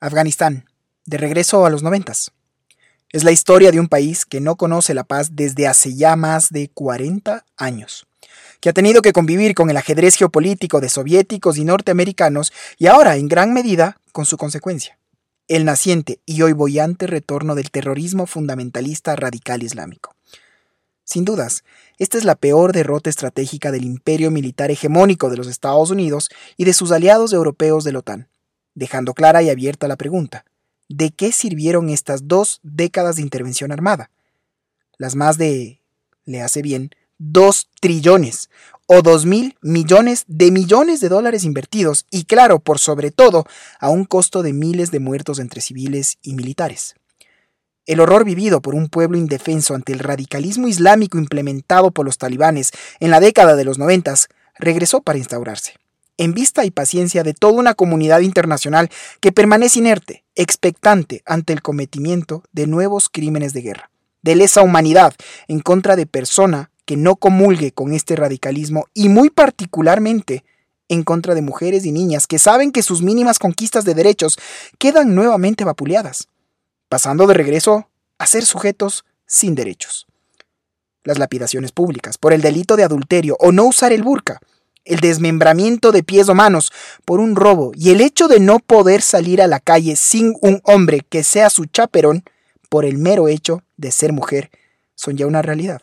Afganistán, de regreso a los 90. Es la historia de un país que no conoce la paz desde hace ya más de 40 años, que ha tenido que convivir con el ajedrez geopolítico de soviéticos y norteamericanos y ahora, en gran medida, con su consecuencia, el naciente y hoy boyante retorno del terrorismo fundamentalista radical islámico. Sin dudas, esta es la peor derrota estratégica del imperio militar hegemónico de los Estados Unidos y de sus aliados europeos de la OTAN, dejando clara y abierta la pregunta: ¿de qué sirvieron estas 2 décadas de intervención armada? Las más de, le hace bien, 2 trillones o 2.000 millones de dólares invertidos y, claro, por sobre todo, a un costo de miles de muertos entre civiles y militares. El horror vivido por un pueblo indefenso ante el radicalismo islámico implementado por los talibanes en la década de los 90 regresó para instaurarse, en vista y paciencia de toda una comunidad internacional que permanece inerte, expectante ante el cometimiento de nuevos crímenes de guerra, de lesa humanidad en contra de persona que no comulgue con este radicalismo y muy particularmente en contra de mujeres y niñas que saben que sus mínimas conquistas de derechos quedan nuevamente vapuleadas, pasando de regreso a ser sujetos sin derechos. Las lapidaciones públicas por el delito de adulterio o no usar el burka, el desmembramiento de pies o manos por un robo y el hecho de no poder salir a la calle sin un hombre que sea su chaperón por el mero hecho de ser mujer son ya una realidad.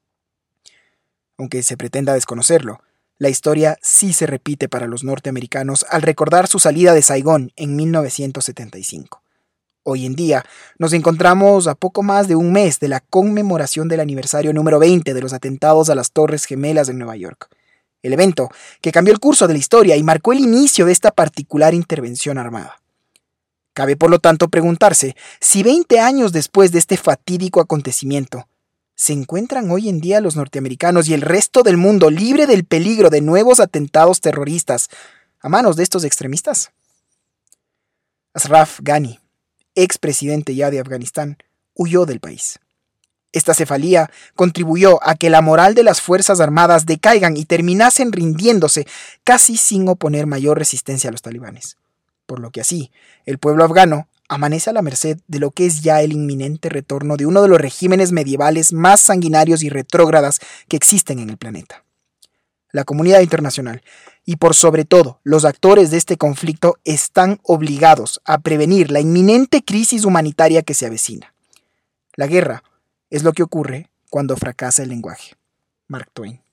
Aunque se pretenda desconocerlo, la historia sí se repite para los norteamericanos al recordar su salida de Saigón en 1975. Hoy en día nos encontramos a poco más de un mes de la conmemoración del aniversario número 20 de los atentados a las Torres Gemelas en Nueva York. El evento que cambió el curso de la historia y marcó el inicio de esta particular intervención armada. Cabe por lo tanto preguntarse si 20 años después de este fatídico acontecimiento, ¿se encuentran hoy en día los norteamericanos y el resto del mundo libre del peligro de nuevos atentados terroristas a manos de estos extremistas? Ashraf Ghani, expresidente ya de Afganistán, huyó del país. Esta cefalía contribuyó a que la moral de las Fuerzas Armadas decaigan y terminasen rindiéndose casi sin oponer mayor resistencia a los talibanes. Por lo que así, el pueblo afgano amanece a la merced de lo que es ya el inminente retorno de uno de los regímenes medievales más sanguinarios y retrógradas que existen en el planeta. La comunidad internacional y por sobre todo los actores de este conflicto están obligados a prevenir la inminente crisis humanitaria que se avecina. La guerra es lo que ocurre cuando fracasa el lenguaje. Mark Twain.